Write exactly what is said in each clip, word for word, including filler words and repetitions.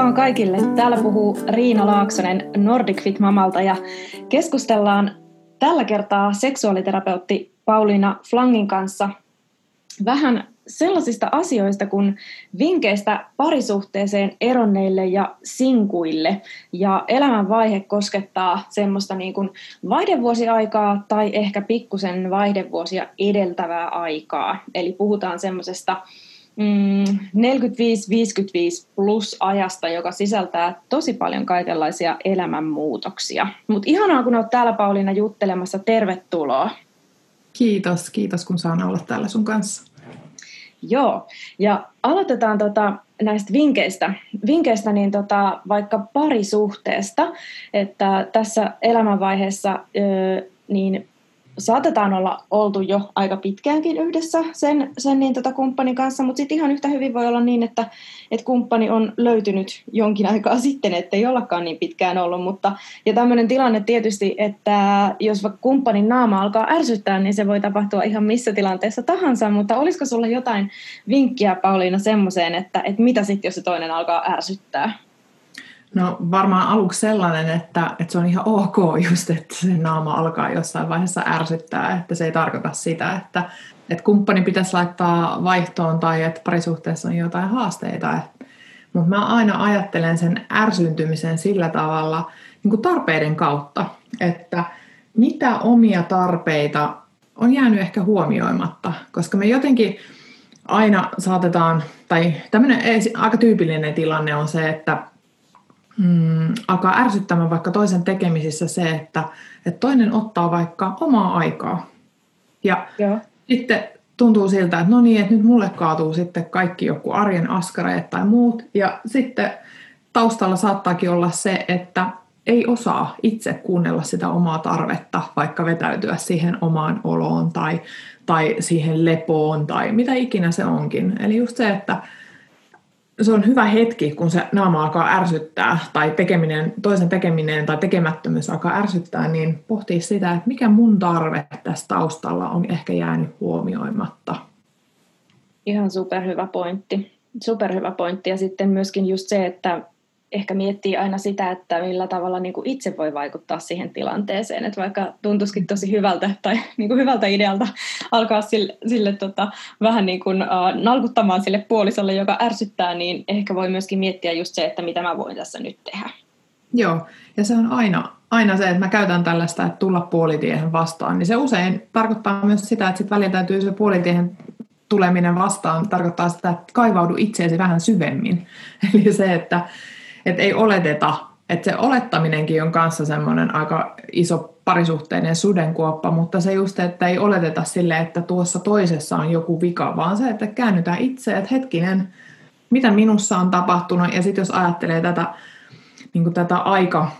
vaan kaikille. Täällä puhuu Riina Laaksonen Nordic Fit Mamalta ja keskustellaan tällä kertaa seksuaaliterapeutti Pauliina Flangin kanssa vähän sellaisista asioista kuin vinkkeistä parisuhteeseen eronneille ja sinkuille. Ja elämänvaihe koskettaa semmoista niin kuin vaihdevuosiaikaa tai ehkä pikkusen vaihdevuosia edeltävää aikaa. Eli puhutaan semmoisesta mm, neljäkymmentäviisi viisikymmentäviisi plus ajasta, joka sisältää tosi paljon kaikenlaisia elämänmuutoksia. Mutta ihanaa, kun olet täällä, Pauliina, juttelemassa. Tervetuloa. Kiitos, kiitos kun saan olla täällä sun kanssa. Joo, ja aloitetaan tota, näistä vinkkeistä, vinkkeistä niin tota, vaikka parisuhteesta, että tässä elämänvaiheessa ö, niin saatetaan olla oltu jo aika pitkäänkin yhdessä sen, sen niin tota kumppanin kanssa, mutta sitten ihan yhtä hyvin voi olla niin, että, että kumppani on löytynyt jonkin aikaa sitten, ettei ollakaan niin pitkään ollut. Mutta, ja tämmöinen tilanne tietysti, että jos vaikka kumppanin naama alkaa ärsyttää, niin se voi tapahtua ihan missä tilanteessa tahansa, mutta olisiko sulla jotain vinkkiä, Pauliina, semmoiseen, että, että mitä sitten, jos se toinen alkaa ärsyttää? No varmaan aluksi sellainen, että, että se on ihan ok just, että se naama alkaa jossain vaiheessa ärsyttää, että se ei tarkoita sitä, että, että kumppani pitäisi laittaa vaihtoon tai että parisuhteessa on jotain haasteita. Mutta mä aina ajattelen sen ärsyntymisen sillä tavalla niin kuin tarpeiden kautta, että mitä omia tarpeita on jäänyt ehkä huomioimatta, koska me jotenkin aina saatetaan, tai tämmöinen aika tyypillinen tilanne on se, että Mm, alkaa ärsyttämään vaikka toisen tekemisissä se, että, että toinen ottaa vaikka omaa aikaa. Ja Joo. sitten tuntuu siltä, että no niin, että nyt mulle kaatuu sitten kaikki joku arjen askareet tai muut. Ja sitten taustalla saattaakin olla se, että ei osaa itse kuunnella sitä omaa tarvetta, vaikka vetäytyä siihen omaan oloon tai, tai siihen lepoon tai mitä ikinä se onkin. Eli just se, että se on hyvä hetki, kun se naama alkaa ärsyttää tai tekeminen, toisen tekeminen tai tekemättömyys alkaa ärsyttää, niin pohtii sitä, että mikä mun tarve tässä taustalla on ehkä jäänyt huomioimatta. Ihan superhyvä pointti. Superhyvä pointti. Ja sitten myöskin just se, että ehkä miettii aina sitä, että millä tavalla niin kuin itse voi vaikuttaa siihen tilanteeseen. Että vaikka tuntuisikin tosi hyvältä tai niin kuin hyvältä idealta alkaa sille, sille tota, vähän niin kuin, uh, nalkuttamaan sille puolisolle, joka ärsyttää, niin ehkä voi myöskin miettiä just se, että mitä mä voin tässä nyt tehdä. Joo, ja se on aina, aina se, että mä käytän tällaista, että tulla puolitiehen vastaan, niin se usein tarkoittaa myös sitä, että sit välillä täytyy se puolitiehen tuleminen vastaan, tarkoittaa sitä, että kaivaudu itseesi vähän syvemmin. Eli se, että Että ei oleteta, että se olettaminenkin on kanssa semmoinen aika iso parisuhteinen sudenkuoppa, mutta se just, että ei oleteta sille, että tuossa toisessa on joku vika, vaan se, että käännytään itse, että hetkinen, mitä minussa on tapahtunut, ja sitten jos ajattelee tätä, niin kuin tätä aika-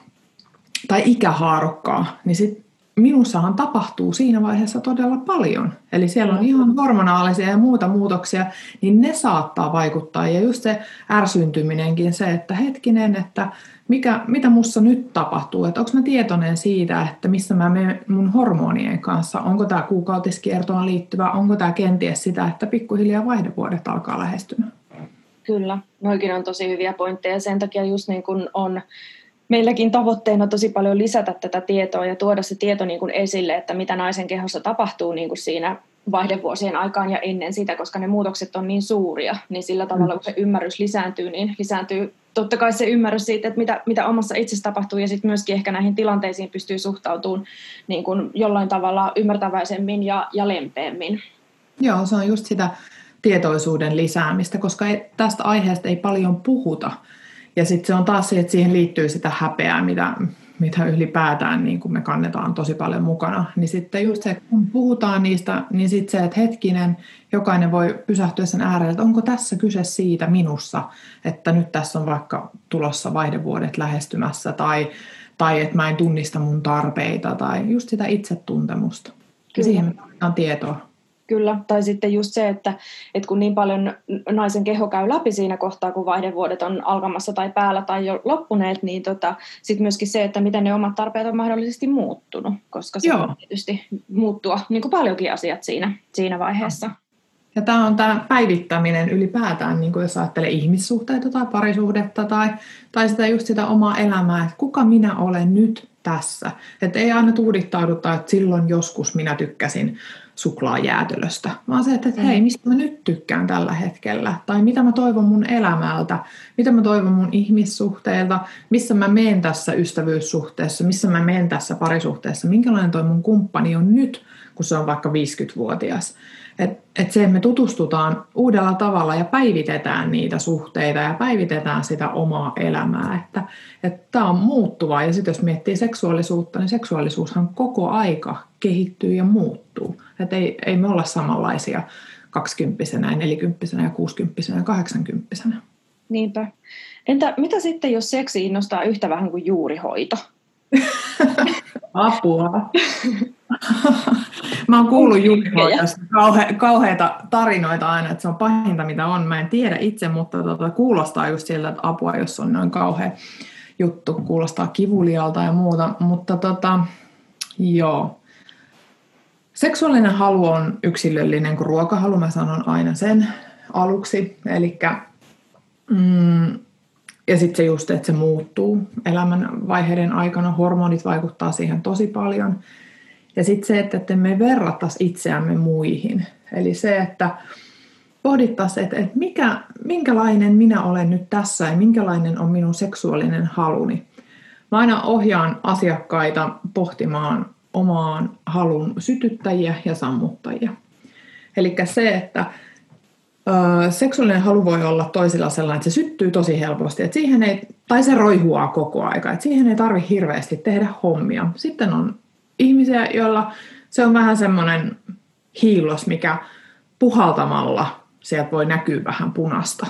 tai ikähaarukkaa, niin sitten minussahan tapahtuu siinä vaiheessa todella paljon. Eli siellä on ihan hormonaalisia ja muuta muutoksia, niin ne saattaa vaikuttaa. Ja just se ärsyntyminenkin, se, että hetkinen, että mikä, mitä mussa nyt tapahtuu, että onko mä tietoinen siitä, että missä mä menen mun hormonien kanssa, onko tämä kuukautiskiertoon liittyvä, onko tämä kenties sitä, että pikkuhiljaa vaihdevuodet alkaa lähestymään. Kyllä, noikin on tosi hyviä pointteja. Sen takia just niin kuin on meilläkin tavoitteena tosi paljon lisätä tätä tietoa ja tuoda se tieto niin kuin esille, että mitä naisen kehossa tapahtuu niin kuin siinä vaihdevuosien aikaan ja ennen sitä, koska ne muutokset on niin suuria, niin sillä tavalla kun se ymmärrys lisääntyy, niin lisääntyy totta kai se ymmärrys siitä, että mitä, mitä omassa itsessä tapahtuu ja sitten myöskin ehkä näihin tilanteisiin pystyy suhtautumaan niin kuin jollain tavalla ymmärtäväisemmin ja, ja lempeämmin. Joo, se on just sitä tietoisuuden lisäämistä, koska ei, tästä aiheesta ei paljon puhuta. Ja sitten se on taas se, että siihen liittyy sitä häpeää, mitä, mitä ylipäätään niin kun me kannetaan tosi paljon mukana. Niin sitten just se, kun puhutaan niistä, niin sitten se, että hetkinen, jokainen voi pysähtyä sen äärelle, että onko tässä kyse siitä minussa, että nyt tässä on vaikka tulossa vaihdevuodet lähestymässä, tai, tai että mä en tunnista mun tarpeita, tai just sitä itsetuntemusta. Ja siihen me tarvitaan tietoa. Kyllä, tai sitten just se, että, että kun niin paljon naisen keho käy läpi siinä kohtaa, kun vaihdevuodet on alkamassa tai päällä tai jo loppuneet, niin tota, sitten myöskin se, että miten ne omat tarpeet on mahdollisesti muuttunut, koska se Joo. voi tietysti muuttua niin kuin paljonkin asiat siinä, siinä vaiheessa. Ja tämä on tämä päivittäminen ylipäätään, niin kuin jos ajattelee ihmissuhteita tai parisuhdetta tai, tai sitä just sitä omaa elämää, että kuka minä olen nyt tässä. Että ei aina tuudittauduta, että silloin joskus minä tykkäsin suklaajäätelöstä, vaan se, että, että hei, mistä mä nyt tykkään tällä hetkellä, tai mitä mä toivon mun elämältä, mitä mä toivon mun ihmissuhteilta, missä mä menen tässä ystävyyssuhteessa, missä mä menen tässä parisuhteessa, minkälainen toi mun kumppani on nyt, kun se on vaikka viisikymmentävuotias. Että et se, että me tutustutaan uudella tavalla ja päivitetään niitä suhteita ja päivitetään sitä omaa elämää. Että tämä on muuttuvaa. Ja sitten jos miettii seksuaalisuutta, niin seksuaalisuushan koko aika kehittyy ja muuttuu. Että ei, ei me olla samanlaisia kaksikymppisenä ja nelikymppisenä ja kuusikymppisenä ja kahdeksankymppisenä. Niinpä. Entä mitä sitten, jos seksi innostaa yhtä vähän kuin juurihoito? Apua. Mä oon kuullut juurihoidosta kauhe, kauheita tarinoita aina, että se on pahinta mitä on. Mä en tiedä itse, mutta tota, kuulostaa just siltä, että apua, jos on noin kauhea juttu, kuulostaa kivulialta ja muuta. Mutta tota, joo. Seksuaalinen halu on yksilöllinen kuin ruokahalu, mä sanon aina sen aluksi. Elikkä, mm, ja sitten se just, että se muuttuu elämän vaiheiden aikana. Hormonit vaikuttaa siihen tosi paljon. Ja sitten se, että me verrattaisiin itseämme muihin. Eli se, että pohdittaisiin, että, että mikä, minkälainen minä olen nyt tässä ja minkälainen on minun seksuaalinen haluni. Mä aina ohjaan asiakkaita pohtimaan omaan halun sytyttäjiä ja sammuttajia. Eli se, että ö, seksuaalinen halu voi olla toisilla sellainen, että se syttyy tosi helposti, että siihen ei, tai se roihuaa koko aika, että siihen ei tarvitse hirveästi tehdä hommia. Sitten on ihmisiä, joilla se on vähän semmoinen hiillos, mikä puhaltamalla sieltä voi näkyä vähän punasta.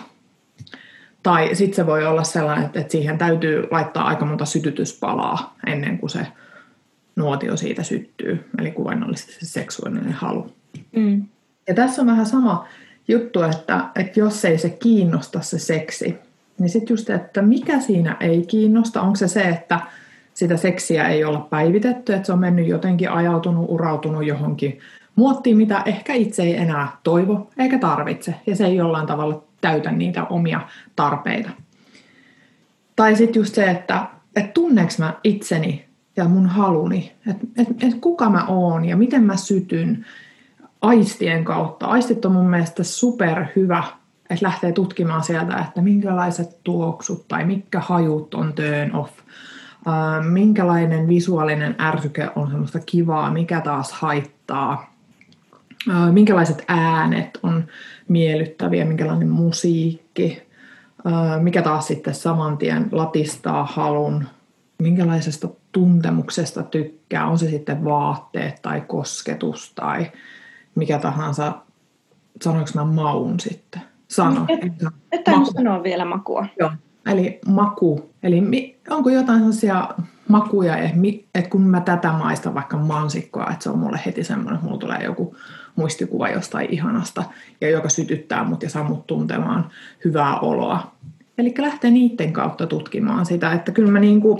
Tai sitten se voi olla sellainen, että siihen täytyy laittaa aika monta sytytyspalaa ennen kuin se nuotio siitä syttyy. Eli kuvainnollisesti se seksuaalinen halu. Mm. Ja tässä on vähän sama juttu, että, että jos ei se kiinnosta se seksi, niin sitten just, että mikä siinä ei kiinnosta, onko se se, että sitä seksiä ei olla päivitetty, että se on mennyt jotenkin ajautunut, urautunut johonkin muottiin, mitä ehkä itse ei enää toivo eikä tarvitse. Ja se ei jollain tavalla täytä niitä omia tarpeita. Tai sitten just se, että et tunneeko mä itseni ja mun haluni, että et, et kuka mä oon ja miten mä sytyn aistien kautta. Aistit on mun mielestä superhyvä, että lähtee tutkimaan sieltä, että minkälaiset tuoksut tai mitkä hajut on turn off. Uh, minkälainen visuaalinen ärsyke on semmoista kivaa, mikä taas haittaa, uh, minkälaiset äänet on miellyttäviä, minkälainen musiikki, uh, mikä taas sitten saman tien latistaa halun, minkälaisesta tuntemuksesta tykkää, on se sitten vaatteet tai kosketus tai mikä tahansa, sanoinko mä maun sitten? Sano. Et, et tainnut sanoa vielä makua. Joo. Eli maku, eli onko jotain sellaisia makuja, että kun mä tätä maistan vaikka mansikkoa, että se on mulle heti semmoinen, että mulla tulee joku muistikuva jostain ihanasta, ja joka sytyttää mut ja saa mut tuntemaan hyvää oloa. Eli lähtee niiden kautta tutkimaan sitä, että kyllä mä niin kuin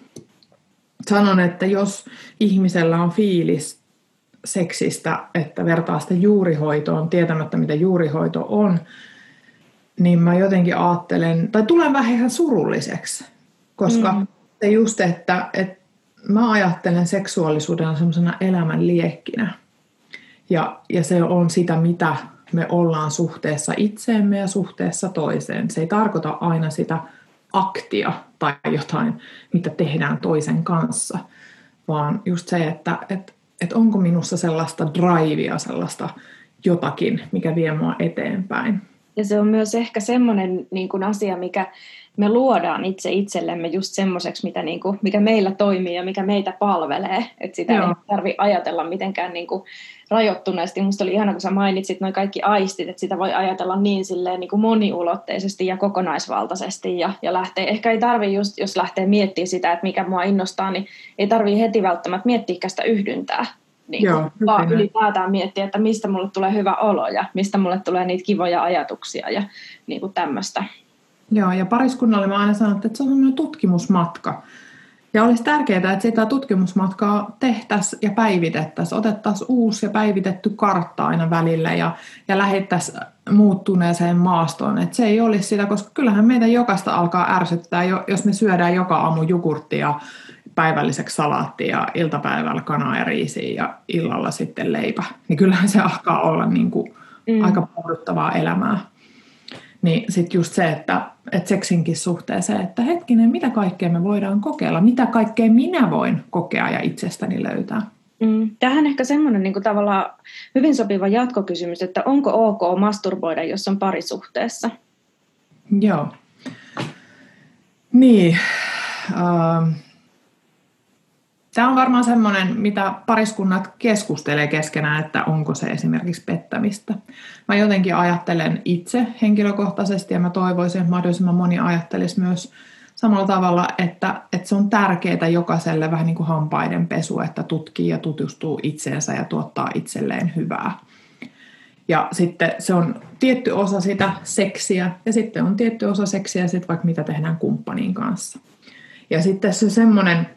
sanon, että jos ihmisellä on fiilis seksistä, että vertaa sitä juurihoitoon, tietämättä mitä juurihoito on, niin mä jotenkin ajattelen, tai tulen vähän ihan surulliseksi, koska mm. se just, että, että mä ajattelen seksuaalisuuden semmoisena elämän liekkinä. Ja, ja se on sitä, mitä me ollaan suhteessa itseemme ja suhteessa toiseen. Se ei tarkoita aina sitä aktia tai jotain, mitä tehdään toisen kanssa, vaan just se, että, että, että onko minussa sellaista drivea, sellaista jotakin, mikä vie mua eteenpäin. Ja se on myös ehkä semmoinen niin kuin asia, mikä me luodaan itse itsellemme just semmoiseksi, mitä, niin kuin, mikä meillä toimii ja mikä meitä palvelee. Että sitä Joo. ei tarvitse ajatella mitenkään niin kuin rajoittuneesti. Minusta oli ihana, kun sä mainitsit nuo kaikki aistit, että sitä voi ajatella niin, silleen, niin kuin moniulotteisesti ja kokonaisvaltaisesti. Ja, ja lähtee, ehkä ei tarvitse just, jos lähtee miettimään sitä, että mikä mua innostaa, niin ei tarvitse heti välttämättä miettiä sitä yhdyntää. Niin Joo, vaan ylipäätään miettiä, että mistä mulle tulee hyvä olo ja mistä mulle tulee niitä kivoja ajatuksia ja niin kuin tämmöistä. Joo, ja pariskunnalle mä aina sanon, että se on semmoinen tutkimusmatka. Ja olisi tärkeää, että sitä tutkimusmatkaa tehtäisiin ja päivitettäisiin. Otettaisiin uusi ja päivitetty kartta aina välillä ja, ja lähettäisiin muuttuneeseen maastoon. Että se ei olisi sitä, koska kyllähän meitä jokaista alkaa ärsyttää, jos me syödään joka aamu jogurttia, päivälliseksi salaattia ja iltapäivällä kanaa ja riisiä ja illalla sitten leipä. Niin kyllähän se alkaa olla niin kuin mm. aika puuduttavaa elämää. Niin sitten just se, että, että seksinkin suhteeseen, että hetkinen, mitä kaikkea me voidaan kokeilla, mitä kaikkea minä voin kokea ja itsestäni löytää. Mm. Tähän ehkä semmoinen niin kuin tavallaan hyvin sopiva jatkokysymys, että onko ok masturboida, jos on parisuhteessa? Joo. Niin. Uh, Tämä on varmaan semmoinen, mitä pariskunnat keskustelee keskenään, että onko se esimerkiksi pettämistä. Mä jotenkin ajattelen itse henkilökohtaisesti ja mä toivoisin, että mahdollisimman moni ajattelisi myös samalla tavalla, että, että se on tärkeää jokaiselle vähän niin kuin hampaiden pesu, että tutkii ja tutustuu itseensä ja tuottaa itselleen hyvää. Ja sitten se on tietty osa sitä seksiä ja sitten on tietty osa seksiä sitten vaikka mitä tehdään kumppanin kanssa. Ja sitten se semmoinen,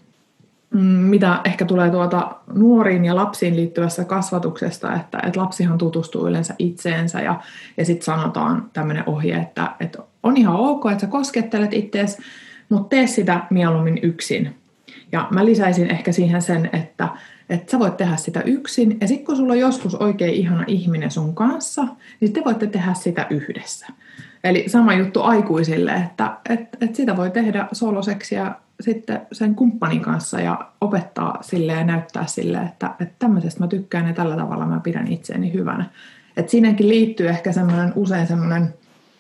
mitä ehkä tulee tuota nuoriin ja lapsiin liittyvässä kasvatuksesta, että, että lapsihan tutustuu yleensä itseensä ja, ja sitten sanotaan tämmöinen ohje, että, että on ihan ok, että sä koskettelet itseäsi, mutta tee sitä mieluummin yksin. Ja mä lisäisin ehkä siihen sen, että, että sä voit tehdä sitä yksin ja sitten kun sulla on joskus oikein ihana ihminen sun kanssa, niin te voitte tehdä sitä yhdessä. Eli sama juttu aikuisille, että, että, että sitä voi tehdä soloseksiä sitten sen kumppanin kanssa ja opettaa sille ja näyttää sille, että, että tämmöisestä mä tykkään ja tällä tavalla mä pidän itseäni hyvänä. Että siinäkin liittyy ehkä semmoinen, usein semmoinen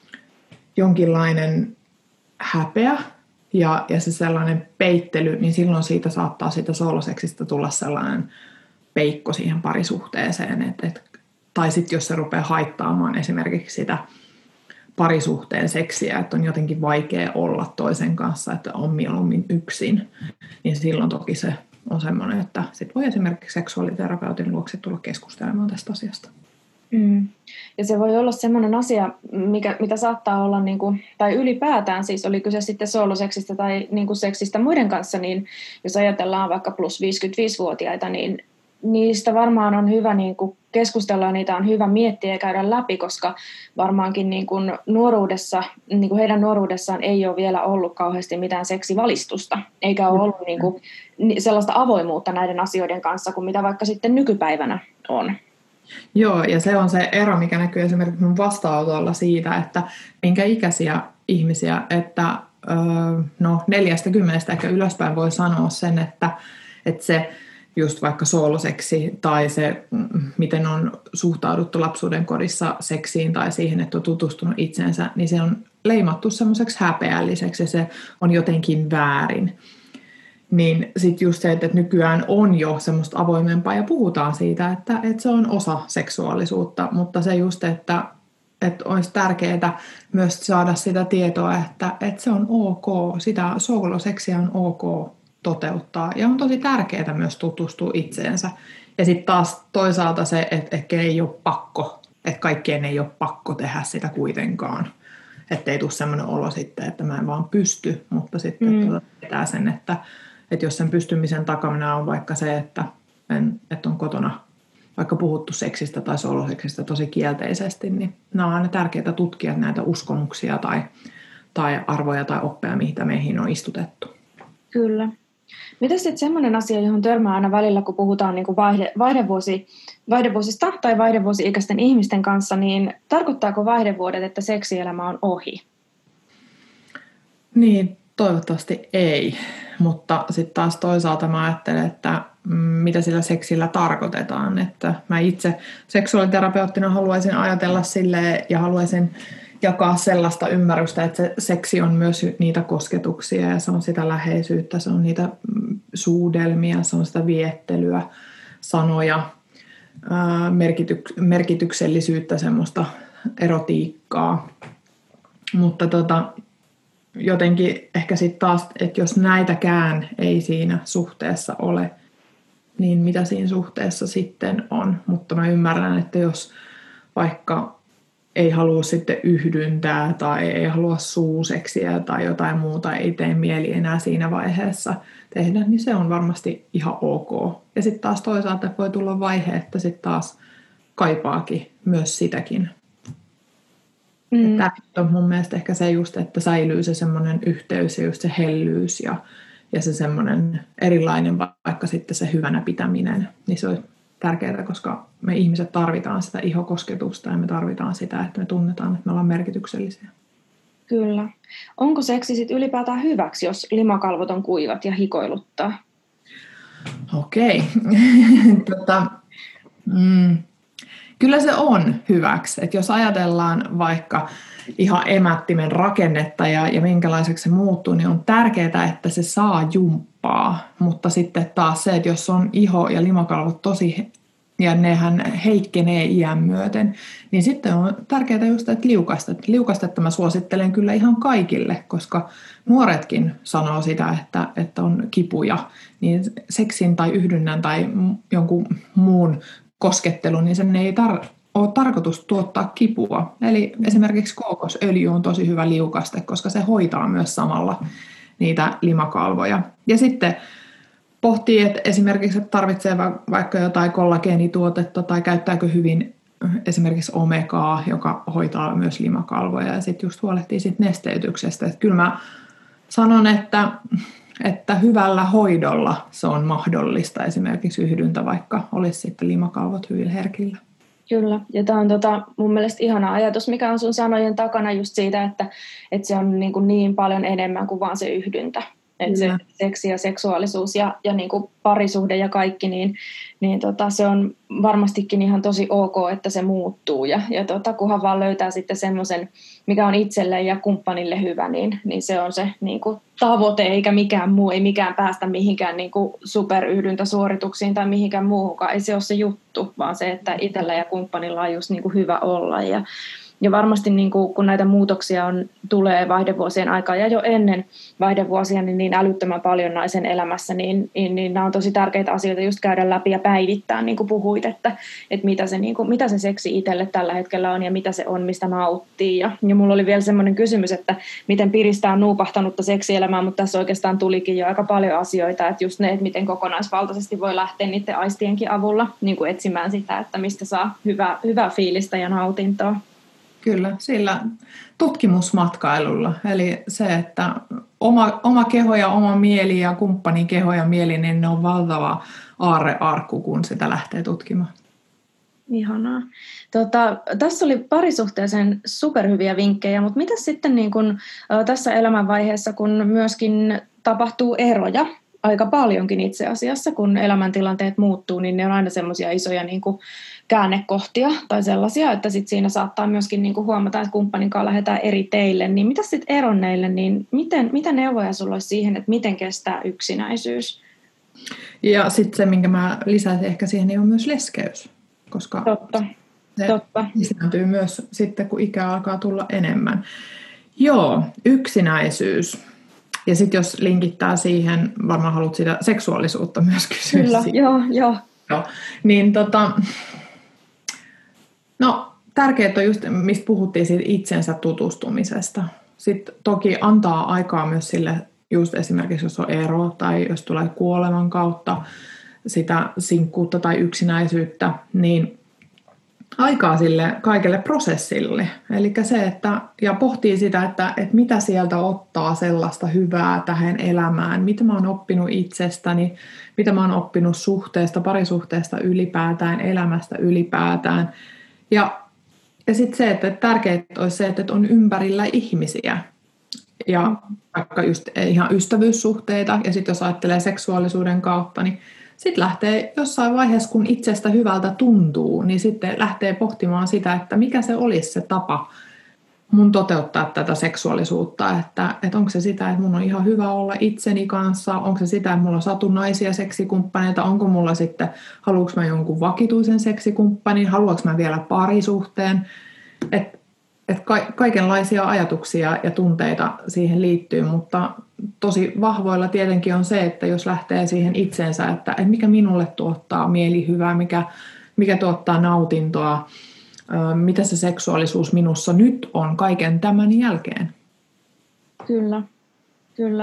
jonkinlainen häpeä ja, ja se sellainen peittely, niin silloin siitä saattaa siitä soloseksistä tulla sellainen peikko siihen parisuhteeseen. Et, et, tai sitten jos se rupeaa haittaamaan esimerkiksi sitä parisuhteen seksiä, että on jotenkin vaikea olla toisen kanssa, että on mieluummin yksin, niin silloin toki se on semmoinen, että sit voi esimerkiksi seksuaaliterapeutin luokse tulla keskustelemaan tästä asiasta. Mm. Ja se voi olla semmoinen asia, mikä, mitä saattaa olla, niin kuin, tai ylipäätään siis, oli kyse sitten sooloseksistä tai niin kuin seksistä muiden kanssa, niin jos ajatellaan vaikka plus viisikymmentäviisivuotiaita, niin niistä varmaan on hyvä niin kuin keskustella ja niitä on hyvä miettiä ja käydä läpi, koska varmaankin niin kuin nuoruudessa, niin kuin heidän nuoruudessaan ei ole vielä ollut kauheasti mitään seksivalistusta, eikä ole ollut niin kuin sellaista avoimuutta näiden asioiden kanssa kuin mitä vaikka sitten nykypäivänä on. Joo, ja se on se ero, mikä näkyy esimerkiksi mun vastaanotolla siitä, että minkä ikäisiä ihmisiä, että no neljästä kymmenestä ehkä ylöspäin voi sanoa sen, että, että se just vaikka sooloseksi tai se, miten on suhtauduttu lapsuuden kodissa seksiin tai siihen, että on tutustunut itseensä, niin se on leimattu semmoiseksi häpeälliseksi ja se on jotenkin väärin. Niin sitten just se, että nykyään on jo semmoista avoimempaa ja puhutaan siitä, että, että se on osa seksuaalisuutta, mutta se just, että, että olisi tärkeää myös saada sitä tietoa, että, että se on ok, sitä sooloseksiä on ok toteuttaa. Ja on tosi tärkeää myös tutustua itseensä. Ja sitten taas toisaalta se, että ehkä ei ole pakko, että kaikkien ei ole pakko tehdä sitä kuitenkaan. Että ei tule sellainen olo sitten, että mä en vaan pysty, mutta sitten mm. pitää sen, että, että jos sen pystymisen takana on vaikka se, että, en, että on kotona vaikka puhuttu seksistä tai soloseksistä tosi kielteisesti, niin nämä on aina tärkeää tutkia näitä uskomuksia tai, tai arvoja tai oppeja, mitä meihin on istutettu. Kyllä. Miten sitten semmoinen asia, johon törmää aina välillä, kun puhutaan niin kuin vaihde, vaihdevuosi, vaihdevuosista tai vaihdevuosi-ikäisten ihmisten kanssa, niin tarkoittaako vaihdevuodet, että seksielämä on ohi? Niin, toivottavasti ei, mutta sitten taas toisaalta mä ajattelen, että mitä sillä seksillä tarkoitetaan. Että mä itse seksuaaliterapeuttina haluaisin ajatella silleen ja haluaisin jakaa sellaista ymmärrystä, että se seksi on myös niitä kosketuksia ja se on sitä läheisyyttä, se on niitä suudelmia, se on sitä viettelyä, sanoja, merkityk- merkityksellisyyttä, semmoista erotiikkaa. Mutta tota, jotenkin ehkä sitten taas, että jos näitäkään ei siinä suhteessa ole, niin mitä siinä suhteessa sitten on. Mutta mä ymmärrän, että jos vaikka ei halua sitten yhdyntää tai ei halua suuseksiä tai jotain muuta, ei tee mieli enää siinä vaiheessa tehdä, niin se on varmasti ihan ok. Ja sitten taas toisaalta voi tulla vaihe, että sitten taas kaipaakin myös sitäkin. Mm. Tämä on mun mielestä ehkä se just, että säilyy se semmoinen yhteys ja just se hellyys ja, ja se semmoinen erilainen vaikka sitten se hyvänä pitäminen, niin se on tärkeää, koska me ihmiset tarvitaan sitä ihokosketusta ja me tarvitaan sitä, että me tunnetaan, että me ollaan merkityksellisiä. Kyllä. Onko seksi sitten ylipäätään hyväksi, jos limakalvot on kuivat ja hikoiluttaa? Okei. tota, mm, kyllä se on hyväksi. Et jos ajatellaan vaikka ihan emättimen rakennetta ja, ja minkälaiseksi se muuttuu, niin on tärkeää, että se saa jumppaa. Mutta sitten taas se, että jos on iho ja limakalvot tosi, ja nehän heikkenee iän myöten, niin sitten on tärkeää just, että liukastetta. Liukastetta mä suosittelen kyllä ihan kaikille, koska nuoretkin sanoo sitä, että, että on kipuja. Niin seksin tai yhdynnän tai jonkun muun koskettelun, niin sen ei tar- ole tarkoitus tuottaa kipua. Eli esimerkiksi kookosöljy on tosi hyvä liukaste, koska se hoitaa myös samalla niitä limakalvoja. Ja sitten pohtii, että esimerkiksi että tarvitsee vaikka jotain kollageenituotetta tai käyttääkö hyvin esimerkiksi omegaa, joka hoitaa myös limakalvoja ja sitten just huolehtii sit nesteytyksestä. Että kyllä mä sanon, että, että hyvällä hoidolla se on mahdollista esimerkiksi yhdyntä, vaikka olisi sitten limakalvot hyvin herkillä. Kyllä, ja tämä on tota, mun mielestä ihana ajatus, mikä on sun sanojen takana just siitä, että, että se on niin, kuin niin paljon enemmän kuin vaan se yhdyntä. Että se seksi ja seksuaalisuus ja, ja niin kuin parisuhde ja kaikki, niin, niin tota, se on varmastikin ihan tosi ok, että se muuttuu. Ja, ja tota, kunhan vaan löytää sitten semmoisen, mikä on itselle ja kumppanille hyvä, niin, niin se on se niin kuin tavoite, eikä mikään muu, ei mikään päästä mihinkään niin kuin superyhdyntäsuorituksiin tai mihinkään muuhunkaan. Ei se ole se juttu, vaan se, että itsellä ja kumppanilla on just niin kuin hyvä olla. Ja, Ja varmasti niin kuin, kun näitä muutoksia on, tulee vaihdevuosien aikaa ja jo ennen vaihdevuosia niin, niin älyttömän paljon naisen elämässä, niin, niin, niin nämä on tosi tärkeitä asioita just käydä läpi ja päivittää, niin kuin puhuit, että, että mitä, se, niin kuin, mitä se seksi itselle tällä hetkellä on ja mitä se on, mistä nauttii. Ja, ja mulla oli vielä semmoinen kysymys, että miten piristää nuupahtanutta seksielämää, mutta tässä oikeastaan tulikin jo aika paljon asioita, että just ne, että miten kokonaisvaltaisesti voi lähteä niiden aistienkin avulla niin kuin etsimään sitä, että mistä saa hyvää, hyvää fiilistä ja nautintoa. Kyllä, sillä tutkimusmatkailulla. Eli se, että oma, oma keho ja oma mieli ja kumppanin keho ja mieli, niin ne on valtava aarrearkku, kun sitä lähtee tutkimaan. Ihanaa. Tota, tässä oli parisuhteeseen superhyviä vinkkejä, mutta mitä sitten niin kun, ä, tässä elämänvaiheessa, kun myöskin tapahtuu eroja, aika paljonkin itse asiassa, kun elämäntilanteet muuttuu, niin ne on aina semmoisia isoja niin kuin käännekohtia tai sellaisia, että sit siinä saattaa myöskin niin kuin huomata, että kumppanin kanssa lähdetään eri teille. Niin mitä sitten eronneille, niin miten, mitä neuvoja sulla olisi siihen, että miten kestää yksinäisyys? Ja sitten se, minkä mä lisäisin ehkä siihen, niin on myös leskeys, koska Totta. se Totta. lisääntyy myös sitten, kun ikä alkaa tulla enemmän. Joo, yksinäisyys. Ja sitten jos linkittää siihen, varmaan haluat sitä seksuaalisuutta myös kysyä. Kyllä, joo, joo. joo. Niin tota, no tärkeää on just, mistä puhuttiin siitä itsensä tutustumisesta. Sitten toki antaa aikaa myös sille, just esimerkiksi jos on ero tai jos tulee kuoleman kautta sitä sinkkuutta tai yksinäisyyttä, niin aikaa sille kaikelle prosessille. Eli se, että, ja pohtii sitä, että, että mitä sieltä ottaa sellaista hyvää tähän elämään, mitä mä oon oppinut itsestäni, mitä mä oon oppinut suhteesta, parisuhteesta ylipäätään, elämästä ylipäätään. Ja, ja sitten se, että tärkeää olisi se, että on ympärillä ihmisiä. Ja vaikka just ihan ystävyyssuhteita, ja sitten jos ajattelee seksuaalisuuden kautta, niin sitten lähtee jossain vaiheessa, kun itsestä hyvältä tuntuu, niin sitten lähtee pohtimaan sitä, että mikä se olisi se tapa mun toteuttaa tätä seksuaalisuutta. Että, että onko se sitä, että mun on ihan hyvä olla itseni kanssa, onko se sitä, että mulla on satunnaisia seksikumppaneita, onko mulla sitten, haluanko mä jonkun vakituisen seksikumppanin, haluanko mä vielä parisuhteen. Että et ka- kaikenlaisia ajatuksia ja tunteita siihen liittyy, mutta tosi vahvoilla tietenkin on se, että jos lähtee siihen itseensä, että, että mikä minulle tuottaa mielihyvää, mikä, mikä tuottaa nautintoa, mitä se seksuaalisuus minussa nyt on kaiken tämän jälkeen. Kyllä, kyllä.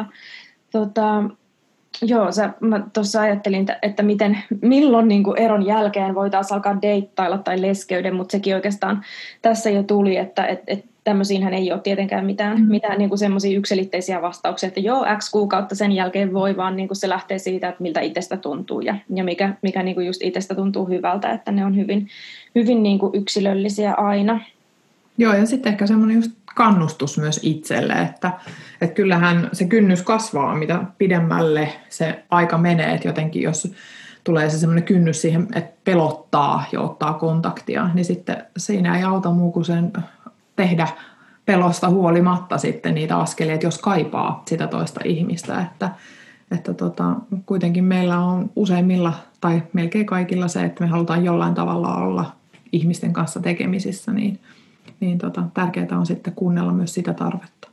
Tota, joo, sä, mä tuossa ajattelin, että miten, milloin niin kuin eron jälkeen voitaisiin alkaa deittailla tai leskeyden, mutta sekin oikeastaan tässä jo tuli, että et, et tämmöisiinhän ei ole tietenkään mitään, mm. mitään niin kuin semmoisia yksiselitteisiä vastauksia, että joo, X kuukautta sen jälkeen voi, vaan niin kuin se lähtee siitä, että miltä itsestä tuntuu ja, ja mikä, mikä niin kuin just itsestä tuntuu hyvältä, että ne on hyvin, hyvin niin kuin yksilöllisiä aina. Joo, ja sitten ehkä semmoinen just kannustus myös itselle, että, että kyllähän se kynnys kasvaa, mitä pidemmälle se aika menee, että jotenkin jos tulee se semmoinen kynnys siihen, että pelottaa ja ottaa kontaktia, niin sitten siinä ei auta muu kuin sen tehdä pelosta huolimatta sitten niitä askeleita, jos kaipaa sitä toista ihmistä, että, että tota, kuitenkin meillä on useimmilla tai melkein kaikilla se, että me halutaan jollain tavalla olla ihmisten kanssa tekemisissä, niin niin tota, tärkeää on sitten kuunnella myös sitä tarvetta.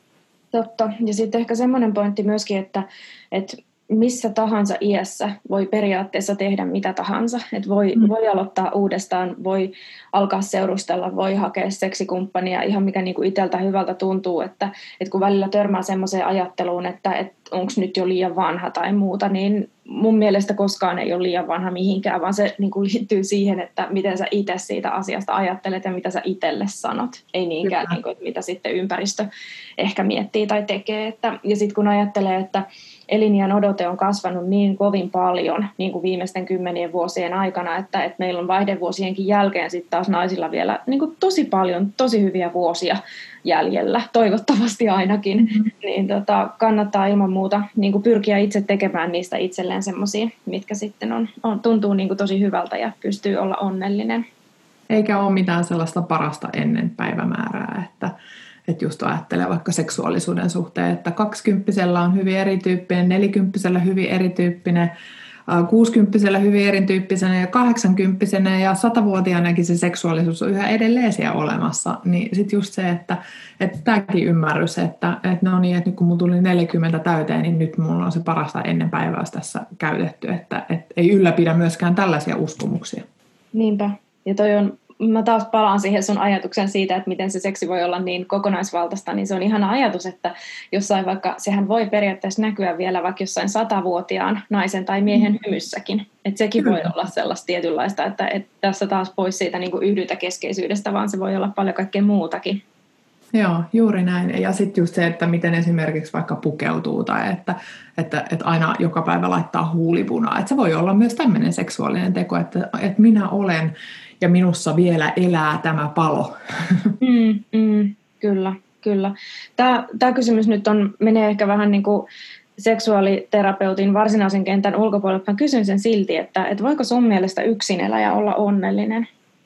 Totta. Ja sitten ehkä semmoinen pointti myöskin, että, että missä tahansa iässä voi periaatteessa tehdä mitä tahansa. Että voi, mm. voi aloittaa uudestaan, voi alkaa seurustella, voi hakea seksikumppania, ihan mikä niinku itseltä hyvältä tuntuu. Että, että kun välillä törmää semmoiseen ajatteluun, että, että onko nyt jo liian vanha tai muuta, niin mun mielestä koskaan ei ole liian vanha mihinkään, vaan se niin kuin liittyy siihen, että miten sä itse siitä asiasta ajattelet ja mitä sä itselle sanot. Ei niinkään, niin kuin, että mitä sitten ympäristö ehkä miettii tai tekee. Että, ja sitten kun ajattelee, että eliniän odote on kasvanut niin kovin paljon niin kuin viimeisten kymmenien vuosien aikana, että, että meillä on vaihdevuosienkin jälkeen sitten taas naisilla vielä niin kuin tosi paljon, tosi hyviä vuosia jäljellä, toivottavasti ainakin, mm-hmm. niin tota, kannattaa ilman muuta niin kuin pyrkiä itse tekemään niistä itselleen semmoisia, mitkä sitten on, on, tuntuu niin kuin tosi hyvältä ja pystyy olla onnellinen. Eikä ole mitään sellaista parasta ennen päivämäärää, että, että just ajattelee vaikka seksuaalisuuden suhteen, että kaksikymppisellä on hyvin erityyppinen, nelikymppisellä hyvin erityyppinen, kuusikymppisellä hyvin erityyppisenä ja kahdeksankymppisenä ja satavuotiaanakin se seksuaalisuus on yhä edelleen siellä olemassa. Niin sitten just se, että, että tämäkin ymmärrys, että, että no niin, että nyt kun mun tuli neljäkymmentä täyteen, niin nyt mulla on se parasta ennen päivää tässä käytetty, että, että ei ylläpidä myöskään tällaisia uskomuksia. Niinpä. Ja toi on, mä taas palaan siihen sun ajatuksen siitä, että miten se seksi voi olla niin kokonaisvaltaista, niin se on ihana ajatus, että jossain vaikka, sehän voi periaatteessa näkyä vielä vaikka jossain satavuotiaan naisen tai miehen hymyssäkin. Että sekin voi olla sellaista tietynlaista, että, että tässä taas pois siitä niin kuin yhdytäkeskeisyydestä, vaan se voi olla paljon kaikkea muutakin. Joo, juuri näin. Ja sitten just se, että miten esimerkiksi vaikka pukeutuu tai että, että, että aina joka päivä laittaa huulipunaa. Että se voi olla myös tämmöinen seksuaalinen teko, että, että minä olen ja minussa vielä elää tämä palo. Mm, mm, kyllä, kyllä. Tämä, tämä kysymys nyt on, menee ehkä vähän niin kuin seksuaaliterapeutin varsinaisen kentän ulkopuolelle. Mä kysyn sen silti, että, että voiko sun mielestä yksineläjä olla onnellinen?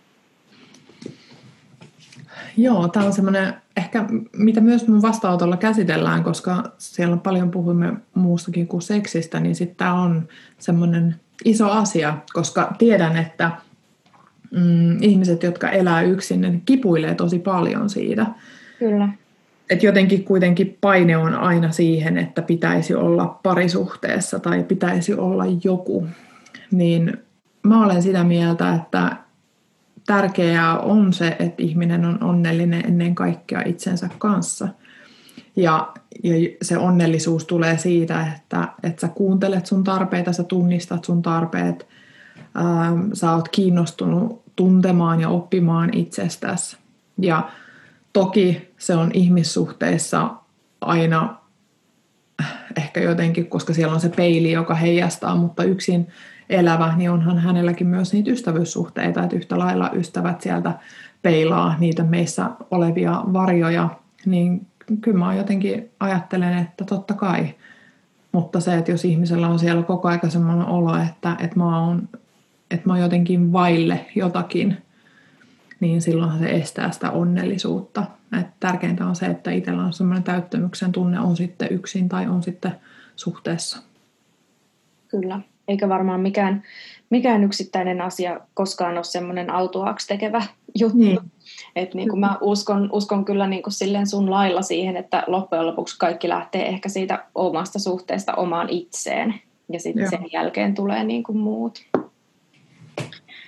Joo, tämä on semmoinen ehkä, mitä myös mun vastaanotolla käsitellään, koska siellä paljon puhumme muustakin kuin seksistä, niin sitten tämä on semmoinen iso asia, koska tiedän, että mm, ihmiset, jotka elää yksin, ne kipuilee tosi paljon siitä. Kyllä. Et jotenkin kuitenkin paine on aina siihen, että pitäisi olla parisuhteessa tai pitäisi olla joku. Niin mä olen sitä mieltä, että tärkeää on se, että ihminen on onnellinen ennen kaikkea itsensä kanssa. Ja, ja se onnellisuus tulee siitä, että, että sä kuuntelet sun tarpeita, sä tunnistat sun tarpeet, ää, sä oot kiinnostunut tuntemaan ja oppimaan itsestäsi. Ja toki se on ihmissuhteissa aina ehkä jotenkin, koska siellä on se peili, joka heijastaa, mutta yksin elävä, niin onhan hänelläkin myös niitä ystävyyssuhteita, että yhtä lailla ystävät sieltä peilaa niitä meissä olevia varjoja, niin kyllä mä jotenkin ajattelen, että totta kai, mutta se, että jos ihmisellä on siellä koko ajan semmoinen olo, että, että, mä oon, että mä oon jotenkin vaille jotakin, niin silloinhan se estää sitä onnellisuutta. Että tärkeintä on se, että itsellä on semmoinen täyttymyksen tunne, on sitten yksin tai on sitten suhteessa. Kyllä. Eikä varmaan mikään, mikään yksittäinen asia koskaan ole semmoinen autuaaksi tekevä juttu. Niin. Et niin kuin mä uskon, uskon kyllä niin kuin silleen sun lailla siihen, että loppujen lopuksi kaikki lähtee ehkä siitä omasta suhteesta omaan itseen. Ja sitten sen jälkeen tulee niin kuin muut.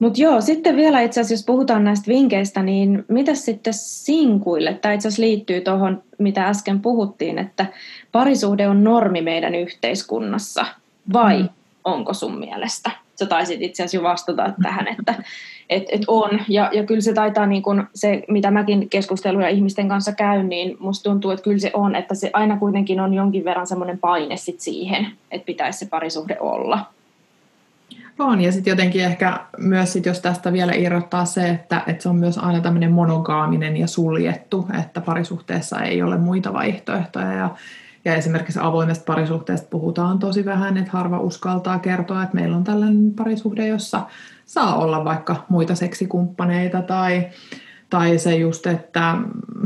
Mutta joo, sitten vielä itse asiassa, jos puhutaan näistä vinkkeistä, niin mitä sitten sinkuille? Tämä itse asiassa liittyy tuohon, mitä äsken puhuttiin, että parisuhde on normi meidän yhteiskunnassa, vai mm. onko sun mielestä? Sä taisit itse asiassa jo vastata tähän, että et, et on. Ja, ja kyllä se taitaa, niin kun se, mitä mäkin keskusteluja ihmisten kanssa käyn, niin musta tuntuu, että kyllä se on, että se aina kuitenkin on jonkin verran semmoinen paine sit siihen, että pitäisi se parisuhde olla. On, ja sitten jotenkin ehkä myös, sit jos tästä vielä irrottaa se, että, että se on myös aina tämmöinen monogaaminen ja suljettu, että parisuhteessa ei ole muita vaihtoehtoja. Ja, ja esimerkiksi avoimesta parisuhteesta puhutaan tosi vähän, että harva uskaltaa kertoa, että meillä on tällainen parisuhde, jossa saa olla vaikka muita seksikumppaneita, tai, tai se just, että,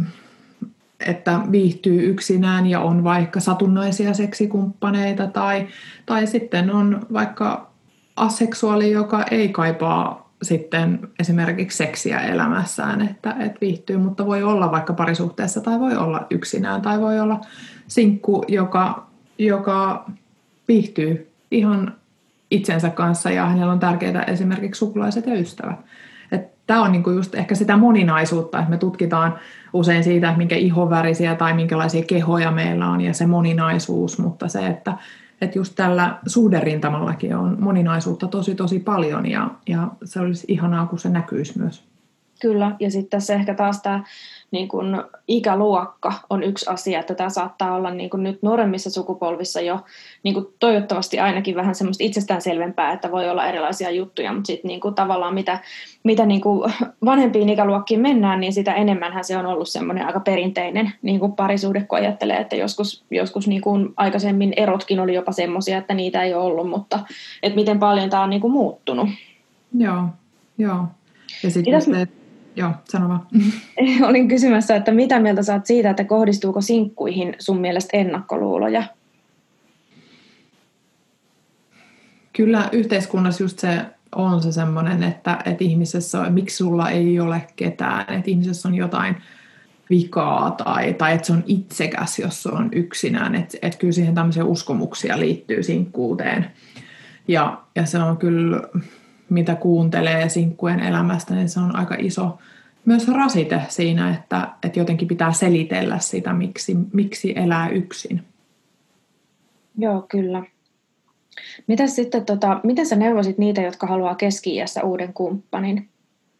että viihtyy yksinään ja on vaikka satunnaisia seksikumppaneita, tai, tai sitten on vaikka aseksuaali, joka ei kaipaa sitten esimerkiksi seksiä elämässään, että, että viihtyy, mutta voi olla vaikka parisuhteessa tai voi olla yksinään tai voi olla sinkku, joka, joka viihtyy ihan itsensä kanssa ja hänellä on tärkeää esimerkiksi sukulaiset ja ystävät. Tämä on niinku just ehkä sitä moninaisuutta, että me tutkitaan usein siitä, minkä ihonvärisiä tai minkälaisia kehoja meillä on ja se moninaisuus, mutta se, että Että just tällä suhderintamallakin on moninaisuutta tosi tosi paljon ja, ja se olisi ihanaa, kun se näkyisi myös. Kyllä, ja sitten tässä ehkä taas tämä niin kun ikäluokka on yksi asia, että tämä saattaa olla niin kun nyt nuoremmissa sukupolvissa jo niin kun toivottavasti ainakin vähän semmoista itsestäänselvempää, että voi olla erilaisia juttuja, mutta sitten niin kun tavallaan mitä, mitä niin kun vanhempiin ikäluokkiin mennään, niin sitä enemmänhän se on ollut semmoinen aika perinteinen niin kun parisuhde, kun ajattelee, että joskus, joskus niin kun aikaisemmin erotkin oli jopa semmoisia, että niitä ei ole ollut, mutta että miten paljon tämä on niin kun muuttunut. Joo, joo. Ja sitten se... Joo, sano vaan. Olin kysymässä, että mitä mieltä saat siitä, että kohdistuuko sinkkuihin sun mielestä ennakkoluuloja? Kyllä yhteiskunnassa just se on se semmoinen, että, että ihmisessä on, miksi sulla ei ole ketään, että ihmisessä on jotain vikaa tai, tai että se on itsekäs, jos se on yksinään, että, että kyllä siihen tämmöisiä uskomuksia liittyy sinkkuuteen. Ja, ja se on kyllä... mitä kuuntelee sinkkujen elämästä, niin se on aika iso myös rasite siinä, että, että jotenkin pitää selitellä sitä, miksi, miksi elää yksin. Joo, kyllä. Mitäs sitten, tota, miten sä neuvosit niitä, jotka haluaa keski-iässä uuden kumppanin?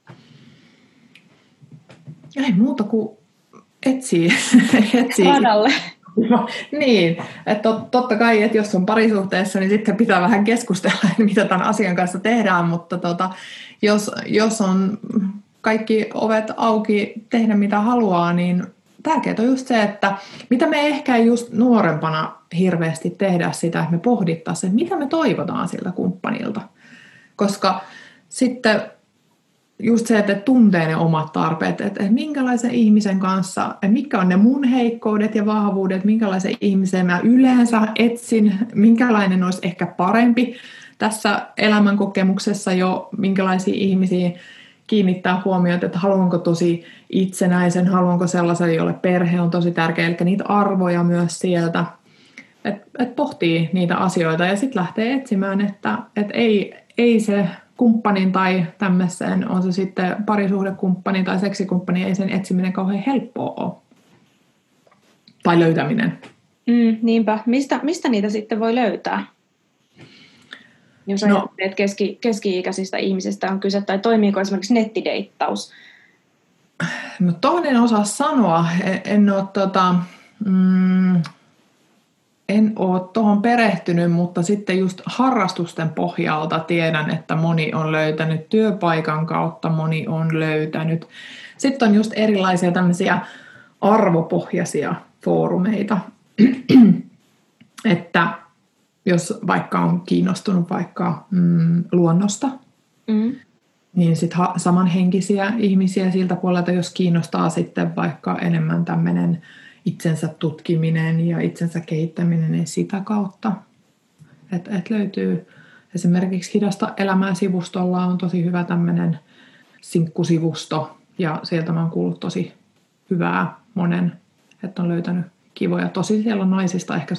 Ei muuta kuin etsii. etsii. Radalle. No, niin, että totta kai, että jos on parisuhteessa, niin sitten pitää vähän keskustella, mitä tämän asian kanssa tehdään, mutta tota, jos, jos on kaikki ovet auki tehdä mitä haluaa, niin tärkeää on just se, että mitä me ehkä ei just nuorempana hirveästi tehdä sitä, että me pohdittaisiin, että mitä me toivotaan siltä kumppanilta, koska sitten just se, että tuntee ne omat tarpeet, että minkälaisen ihmisen kanssa, että mitkä on ne mun heikkoudet ja vahvuudet, minkälaisen ihmisen mä yleensä etsin, minkälainen olisi ehkä parempi tässä elämänkokemuksessa jo, minkälaisia ihmisiä kiinnittää huomiota, että haluanko tosi itsenäisen, haluanko sellaisen, jolle perhe on tosi tärkeä, eli niitä arvoja myös sieltä, että et pohtii niitä asioita ja sitten lähtee etsimään, että et ei, ei se kumppanin tai tämmöisen, on se sitten parisuhdekumppani tai seksikumppani, ei sen etsiminen kauhean helppoa ole. Tai löytäminen. Mm, niinpä. Mistä, mistä niitä sitten voi löytää? Jos no, ajattelee, että keski, keski-ikäisistä ihmisistä on kyse, tai toimiiko esimerkiksi nettideittaus? No tohon en osaa sanoa. En, en ole tota... Mm, En ole tuohon perehtynyt, mutta sitten just harrastusten pohjalta tiedän, että moni on löytänyt työpaikan kautta, moni on löytänyt. Sitten on just erilaisia tämmöisiä arvopohjaisia foorumeita, että jos vaikka on kiinnostunut vaikka mm, luonnosta, mm. niin sitten ha- samanhenkisiä ihmisiä siltä puolelta, jos kiinnostaa sitten vaikka enemmän tämmöinen itsensä tutkiminen ja itsensä kehittäminen niin sitä kautta. Että et löytyy esimerkiksi Hidasta elämää -sivustolla on tosi hyvä tämmöinen sinkkusivusto ja sieltä mä oon kuullut tosi hyvää monen, että on löytänyt kivoja. Tosi siellä on naisista ehkä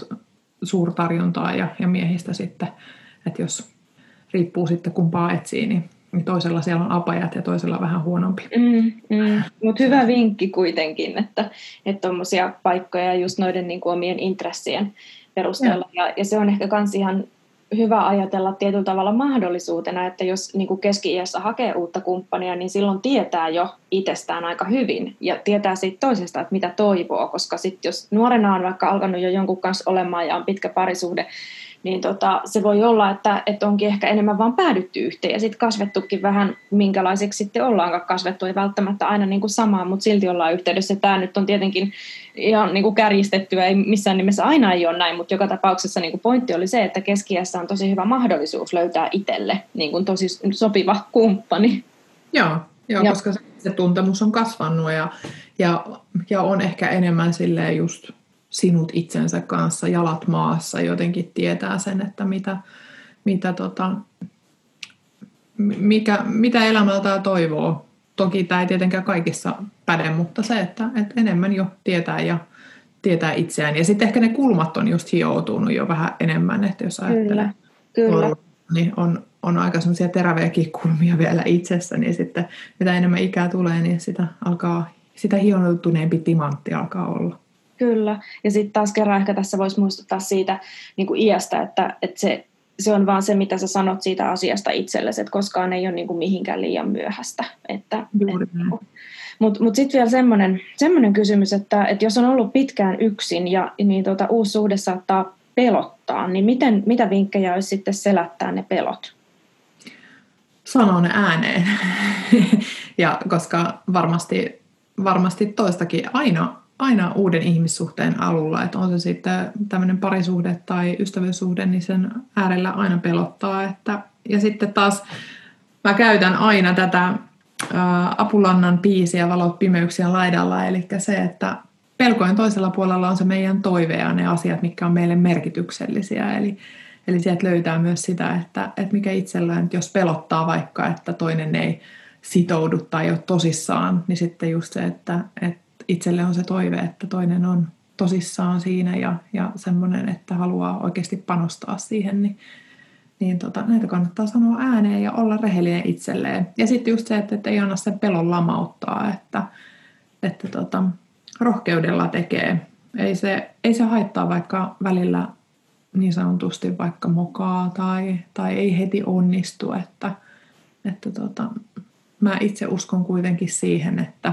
suurtarjontaa ja, ja miehistä sitten, että jos riippuu sitten kumpaa etsii, niin niin toisella siellä on apajat ja toisella vähän huonompi. Mm, mm. Mutta hyvä vinkki kuitenkin, että tuommoisia että paikkoja just noiden niin kuin omien intressien perusteella. Ja, ja se on ehkä myös ihan hyvä ajatella tietyllä tavalla mahdollisuutena, että jos niin kuin keski-iässä hakee uutta kumppania, niin silloin tietää jo itsestään aika hyvin ja tietää siitä toisesta, että mitä toivoo, koska sitten jos nuorena on vaikka alkanut jo jonkun kanssa olemaan ja on pitkä parisuhde, niin tota, se voi olla, että, että onkin ehkä enemmän vaan päädytty yhteen ja sitten kasvettukin vähän minkälaiseksi sitten ollaankaan kasvettu, ei välttämättä aina niin kuin samaa, mutta silti ollaan yhteydessä. Tämä nyt on tietenkin ihan niin kuin kärjistettyä, ei missään nimessä aina ei ole näin, mutta joka tapauksessa niin kuin pointti oli se, että keski-iässä on tosi hyvä mahdollisuus löytää itselle niin kuin tosi sopiva kumppani. Joo, joo ja. Koska se, se tuntemus on kasvanut ja, ja, ja on ehkä enemmän silleen just sinut itsensä kanssa, jalat maassa, jotenkin tietää sen, että mitä, mitä, tota, mikä, mitä elämältä toivoo. Toki tämä ei tietenkään kaikissa päde, mutta se, että, että enemmän jo tietää ja tietää itseään. Ja sitten ehkä ne kulmat on just hioutunut jo vähän enemmän, että jos ajattelee, kyllä, kyllä. niin on, on aika semmoisia teräviäkin kulmia vielä itsessä, niin sitten mitä enemmän ikää tulee, niin sitä, alkaa, sitä hioutuneempi timantti alkaa olla. Kyllä, ja sitten taas kerran ehkä tässä voisi muistuttaa siitä niin kuin iästä, että, että se, se on vaan se, mitä sä sanot siitä asiasta itsellesi, että koskaan ei ole niin kuin mihinkään liian myöhäistä. Että, että, mutta mut sitten vielä semmoinen, semmoinen kysymys, että, että jos on ollut pitkään yksin ja niin tota, uusi suhde saattaa pelottaa, niin miten, mitä vinkkejä olisi sitten selättää ne pelot? Sano ne ääneen, ja koska varmasti, varmasti toistakin aina, aina uuden ihmissuhteen alulla, että on se sitten tämmöinen parisuhde tai ystävyyssuhde, niin sen äärellä aina pelottaa. Että, ja sitten taas mä käytän aina tätä ä, Apulannan biisiä Valot pimeyksien laidalla, eli se, että pelkojen toisella puolella on se meidän toive ja ne asiat, mitkä on meille merkityksellisiä. Eli, eli sieltä löytää myös sitä, että, että mikä itsellään, jos pelottaa vaikka, että toinen ei sitoudu tai ei ole tosissaan, niin sitten just se, että, että itselle on se toive, että toinen on tosissaan siinä ja, ja semmoinen, että haluaa oikeasti panostaa siihen, niin, niin tota, näitä kannattaa sanoa ääneen ja olla rehellinen itselleen. Ja sitten just se, että, että ei anna sen pelon lamauttaa, että, että tota, rohkeudella tekee. Ei se, ei se haittaa vaikka välillä niin sanotusti vaikka mokaa tai, tai ei heti onnistu, että, että tota, mä itse uskon kuitenkin siihen, että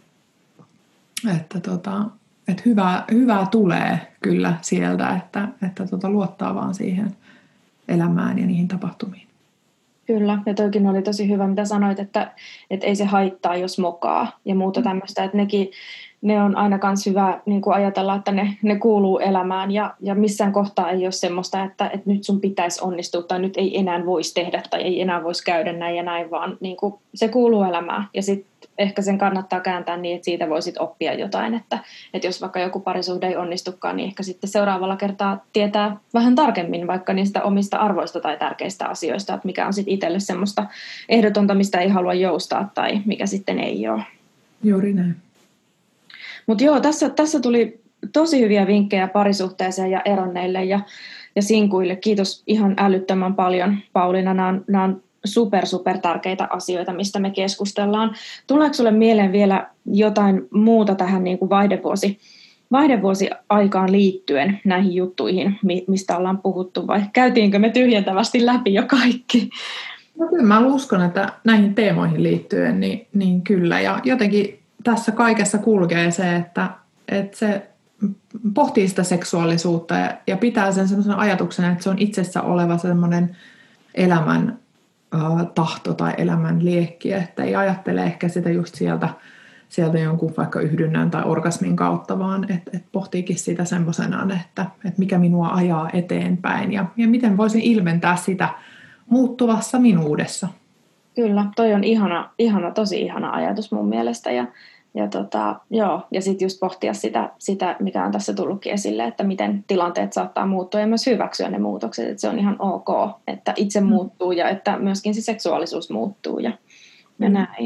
Että, tota, että hyvää, hyvää tulee kyllä sieltä, että, että tota, luottaa vaan siihen elämään ja niihin tapahtumiin. Kyllä, ja toikin oli tosi hyvä, mitä sanoit, että, että ei se haittaa, jos mokaa ja muuta tämmöistä, että nekin, ne on aina myös hyvä niin kuin ajatella, että ne, ne kuuluu elämään ja, ja missään kohtaa ei ole semmoista, että, että nyt sun pitäisi onnistua tai nyt ei enää voisi tehdä tai ei enää voisi käydä näin ja näin, vaan niin kuin, se kuuluu elämään ja sitten ehkä sen kannattaa kääntää niin, että siitä voisit oppia jotain, että, että jos vaikka joku parisuhde ei onnistukaan, niin ehkä sitten seuraavalla kertaa tietää vähän tarkemmin vaikka niistä omista arvoista tai tärkeistä asioista, että mikä on sitten itselle semmoista ehdotonta, mistä ei halua joustaa tai mikä sitten ei ole. Juuri näin. Mutta joo, tässä, tässä tuli tosi hyviä vinkkejä parisuhteeseen ja eronneille ja, ja sinkuille. Kiitos ihan älyttömän paljon, Pauliina. Nämä on, nämä on super, super tärkeitä asioita, mistä me keskustellaan. Tuleeko sinulle mieleen vielä jotain muuta tähän niin kuin vaihdevuosi, vaihdevuosi-aikaan liittyen näihin juttuihin, mistä ollaan puhuttu, vai käytiinkö me tyhjentävästi läpi jo kaikki? No kyllä mä uskon, että näihin teemoihin liittyen, niin, niin kyllä. Ja jotenkin tässä kaikessa kulkee se, että, että se pohtii sitä seksuaalisuutta ja, ja pitää sen sellaisen ajatuksen, että se on itsessä oleva semmoinen elämän äh, tahto tai elämän liekki, että ei ajattele ehkä sitä just sieltä, sieltä jonkun vaikka yhdynnän tai orgasmin kautta, vaan että et pohtiikin sitä semmoisenaan, että et mikä minua ajaa eteenpäin ja, ja miten voisin ilmentää sitä muuttuvassa minuudessa. Kyllä, toi on ihana, ihana, tosi ihana ajatus mun mielestä ja, ja, tota, joo, ja sitten just pohtia sitä, sitä, mikä on tässä tullutkin esille, että miten tilanteet saattaa muuttua ja myös hyväksyä ne muutokset, että se on ihan ok, että itse mm. muuttuu ja että myöskin se seksuaalisuus muuttuu ja, ja näin.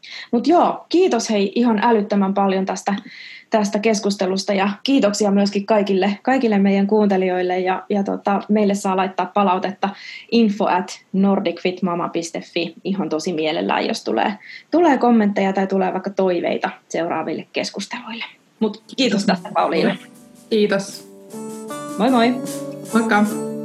Mutta joo, kiitos hei ihan älyttömän paljon tästä, tästä keskustelusta ja kiitoksia myöskin kaikille, kaikille meidän kuuntelijoille ja, ja tota, meille saa laittaa palautetta info at nordicfitmama piste fi ihan tosi mielellään, jos tulee, tulee kommentteja tai tulee vaikka toiveita seuraaville keskusteluille. Mut kiitos tästä Pauliina. Kiitos. Moi moi. Moikka.